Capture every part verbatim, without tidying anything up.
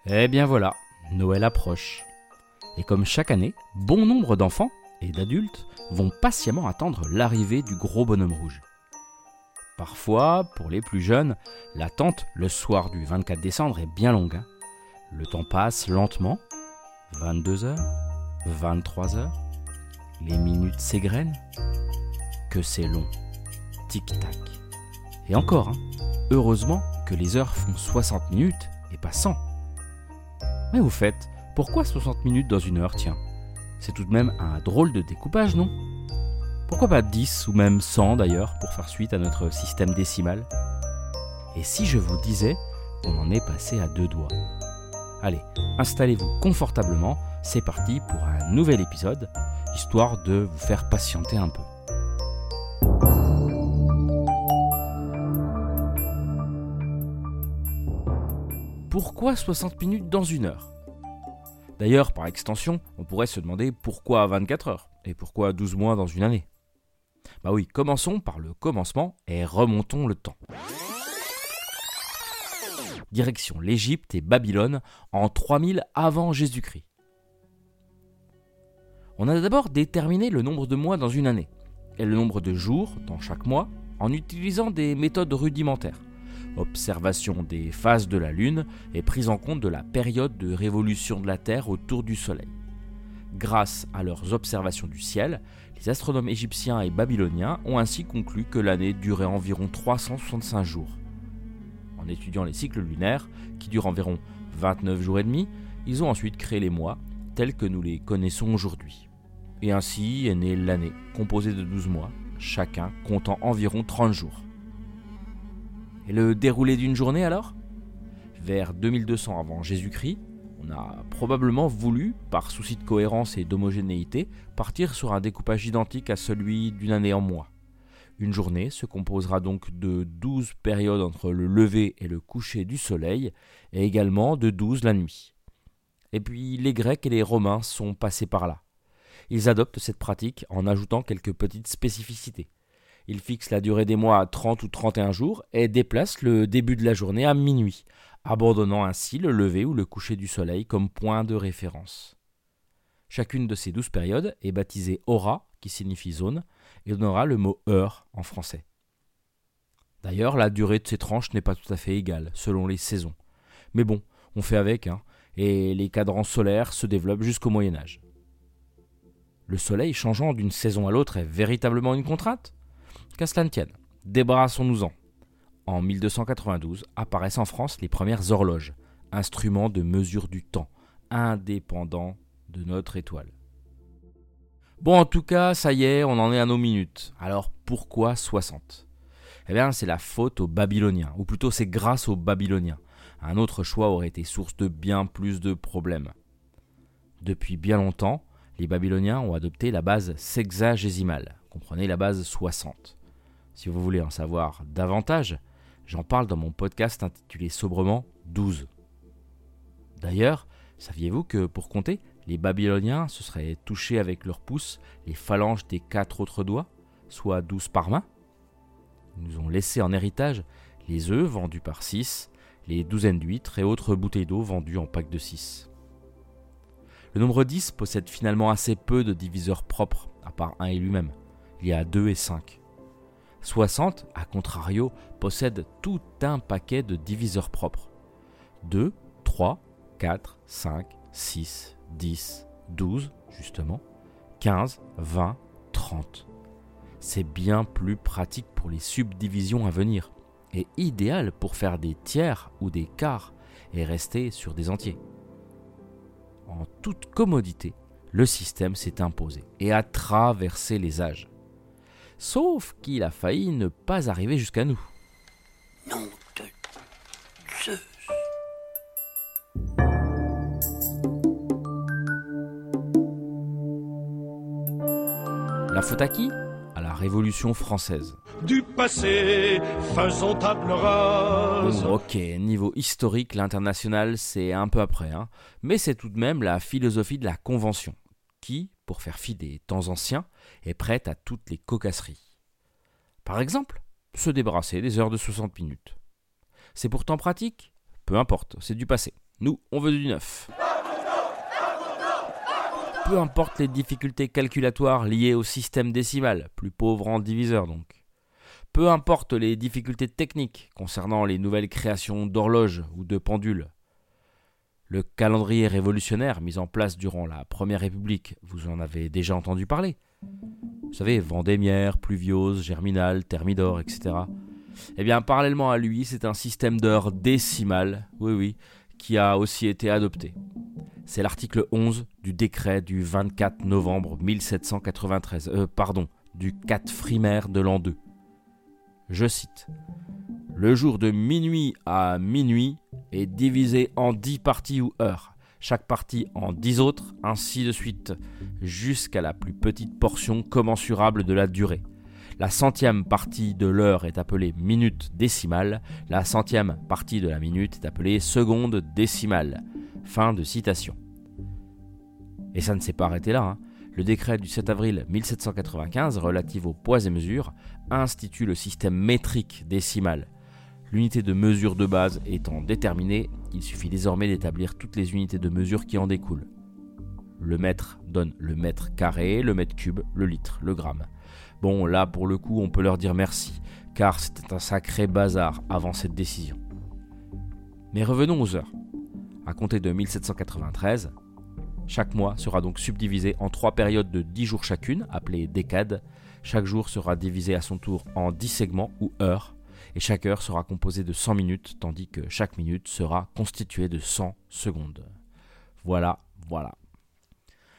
Eh bien voilà, Noël approche. Et comme chaque année, bon nombre d'enfants et d'adultes vont patiemment attendre l'arrivée du gros bonhomme rouge. Parfois, pour les plus jeunes, l'attente le soir du vingt-quatre décembre est bien longue. Hein. Le temps passe lentement, vingt-deux heures, vingt-trois heures, les minutes s'égrènent, que c'est long, tic-tac. Et encore, hein, heureusement que les heures font soixante minutes et pas cent. Mais au fait, pourquoi soixante minutes dans une heure, tiens ? C'est tout de même un drôle de découpage, non ? Pourquoi pas dix ou même cent d'ailleurs, pour faire suite à notre système décimal ? Et si je vous disais qu'on en est passé à deux doigts ? Allez, installez-vous confortablement, c'est parti pour un nouvel épisode, histoire de vous faire patienter un peu. Pourquoi soixante minutes dans une heure ? D'ailleurs, par extension, on pourrait se demander pourquoi vingt-quatre heures et pourquoi douze mois dans une année. Bah oui, commençons par le commencement et remontons le temps. Direction l'Égypte et Babylone en trois mille avant Jésus-Christ. On a d'abord déterminé le nombre de mois dans une année et le nombre de jours dans chaque mois en utilisant des méthodes rudimentaires. Observation des phases de la Lune et prise en compte de la période de révolution de la Terre autour du Soleil. Grâce à leurs observations du ciel, les astronomes égyptiens et babyloniens ont ainsi conclu que l'année durait environ trois cent soixante-cinq jours. En étudiant les cycles lunaires, qui durent environ vingt-neuf jours et demi, ils ont ensuite créé les mois tels que nous les connaissons aujourd'hui. Et ainsi est née l'année, composée de douze mois, chacun comptant environ trente jours. Et le déroulé d'une journée alors ? Vers deux mille deux cents avant Jésus-Christ, on a probablement voulu, par souci de cohérence et d'homogénéité, partir sur un découpage identique à celui d'une année en mois. Une journée se composera donc de douze périodes entre le lever et le coucher du soleil, et également de douze la nuit. Et puis les Grecs et les Romains sont passés par là. Ils adoptent cette pratique en ajoutant quelques petites spécificités. Ils fixent la durée des mois à trente ou trente et un jours et déplacent le début de la journée à minuit, abandonnant ainsi le lever ou le coucher du soleil comme point de référence. Chacune de ces douze périodes est baptisée hora, qui signifie zone, et donnera le mot heure en français. D'ailleurs, la durée de ces tranches n'est pas tout à fait égale, selon les saisons. Mais bon, on fait avec, hein, et les cadrans solaires se développent jusqu'au Moyen-Âge. Le soleil changeant d'une saison à l'autre est véritablement une contrainte ? Qu'à cela ne tienne, débarrassons-nous-en. En mille deux cent quatre-vingt-douze apparaissent en France les premières horloges, instruments de mesure du temps, indépendants de notre étoile. Bon, en tout cas, ça y est, on en est à nos minutes. Alors pourquoi soixante ? Eh bien, c'est la faute aux Babyloniens, ou plutôt c'est grâce aux Babyloniens. Un autre choix aurait été source de bien plus de problèmes. Depuis bien longtemps, les Babyloniens ont adopté la base sexagésimale, comprenez la base soixante. Si vous voulez en savoir davantage, j'en parle dans mon podcast intitulé sobrement douze. D'ailleurs, saviez-vous que pour compter, les Babyloniens se seraient touchés avec leurs pouces les phalanges des quatre autres doigts, soit douze par main ? Ils nous ont laissé en héritage les œufs vendus par six, les douzaines d'huîtres et autres bouteilles d'eau vendues en packs de six. Le nombre dix possède finalement assez peu de diviseurs propres, à part un et lui-même. Il y a deux et cinq. soixante, à contrario, possède tout un paquet de diviseurs propres. deux, trois, quatre, cinq, six, dix, douze, justement, quinze, vingt, trente. C'est bien plus pratique pour les subdivisions à venir, et idéal pour faire des tiers ou des quarts et rester sur des entiers. En toute commodité, le système s'est imposé et a traversé les âges. Sauf qu'il a failli ne pas arriver jusqu'à nous. Nom de Zeus. La faute à qui ? À la Révolution française. Du passé, faisons table rase. Bon, ok, niveau historique, l'international, c'est un peu après, hein, mais c'est tout de même la philosophie de la Convention, qui, pour faire fi des temps anciens, est prête à toutes les cocasseries. Par exemple, se débarrasser des heures de soixante minutes. C'est pourtant pratique ? Peu importe, c'est du passé. Nous, on veut du neuf. Peu importe les difficultés calculatoires liées au système décimal, plus pauvre en diviseur donc. Peu importe les difficultés techniques concernant les nouvelles créations d'horloges ou de pendules. Le calendrier révolutionnaire mis en place durant la Première République, vous en avez déjà entendu parler. Vous savez, Vendémiaire, Pluviose, Germinal, Thermidor, et cetera. Eh bien, parallèlement à lui, c'est un système d'heures décimales, oui oui, qui a aussi été adopté. C'est l'article onze du décret du vingt-quatre novembre mille sept cent quatre-vingt-treize, euh, pardon, du quatre frimaire de l'an deux. Je cite. Le jour de minuit à minuit est divisé en dix parties ou heures, chaque partie en dix autres, ainsi de suite, jusqu'à la plus petite portion commensurable de la durée. La centième partie de l'heure est appelée minute décimale, la centième partie de la minute est appelée seconde décimale. Fin de citation. Et ça ne s'est pas arrêté là, hein. Le décret du sept avril mille sept cent quatre-vingt-quinze relatif aux poids et mesures institue le système métrique décimal. L'unité de mesure de base étant déterminée, il suffit désormais d'établir toutes les unités de mesure qui en découlent. Le mètre donne le mètre carré, le mètre cube, le litre, le gramme. Bon, là pour le coup, on peut leur dire merci, car c'était un sacré bazar avant cette décision. Mais revenons aux heures. À compter de mille sept cent quatre-vingt-treize, chaque mois sera donc subdivisé en trois périodes de dix jours chacune, appelées décades. Chaque jour sera divisé à son tour en dix segments ou heures, et chaque heure sera composée de cent minutes, tandis que chaque minute sera constituée de cent secondes. Voilà, voilà. Conséquence ?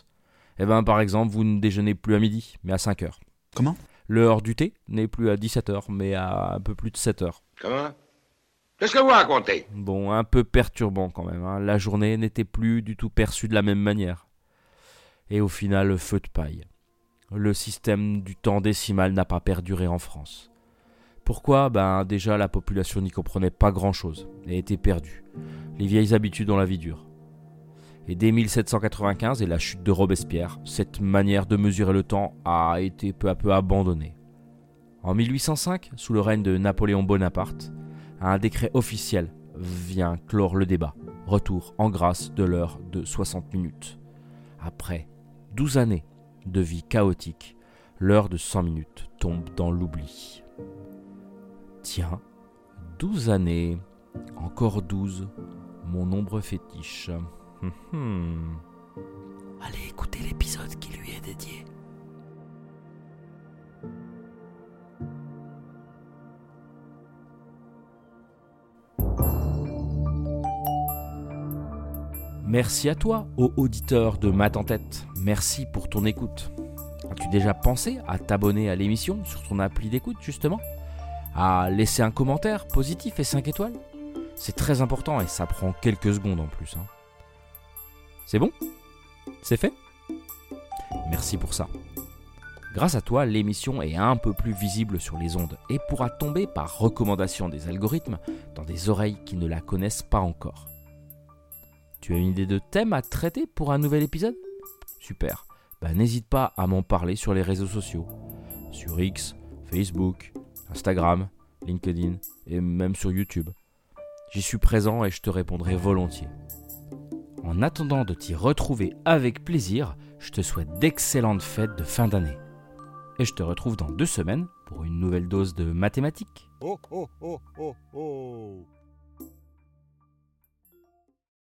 Eh bien, par exemple, vous ne déjeunez plus à midi, mais à cinq heures. Comment ? L'heure du thé n'est plus à dix-sept heures, mais à un peu plus de sept heures. Comment ? Qu'est-ce que vous racontez ? Bon, un peu perturbant quand même, hein. La journée n'était plus du tout perçue de la même manière. Et au final, feu de paille. Le système du temps décimal n'a pas perduré en France. Pourquoi ? Ben déjà, la population n'y comprenait pas grand-chose et était perdue. Les vieilles habitudes ont la vie dure. Et dès mille sept cent quatre-vingt-quinze et la chute de Robespierre, cette manière de mesurer le temps a été peu à peu abandonnée. En mille huit cent cinq, sous le règne de Napoléon Bonaparte, un décret officiel vient clore le débat. Retour en grâce de l'heure de soixante minutes. Après douze années de vie chaotique, l'heure de cent minutes tombe dans l'oubli. Tiens, douze années, encore douze, mon nombre fétiche. Hum hum. Allez écouter l'épisode qui lui est dédié. Merci à toi, ô auditeur de Maths en tête. Merci pour ton écoute. As-tu déjà pensé à t'abonner à l'émission sur ton appli d'écoute, justement ? À laisser un commentaire positif et cinq étoiles ? C'est très important et ça prend quelques secondes en plus. Hein. C'est bon ? C'est fait ? Merci pour ça. Grâce à toi, l'émission est un peu plus visible sur les ondes et pourra tomber par recommandation des algorithmes dans des oreilles qui ne la connaissent pas encore. Tu as une idée de thème à traiter pour un nouvel épisode ? Super. Bah, n'hésite pas à m'en parler sur les réseaux sociaux. Sur X, Facebook, Instagram, LinkedIn et même sur YouTube. J'y suis présent et je te répondrai volontiers. En attendant de t'y retrouver avec plaisir, je te souhaite d'excellentes fêtes de fin d'année. Et je te retrouve dans deux semaines pour une nouvelle dose de mathématiques. Oh oh oh oh oh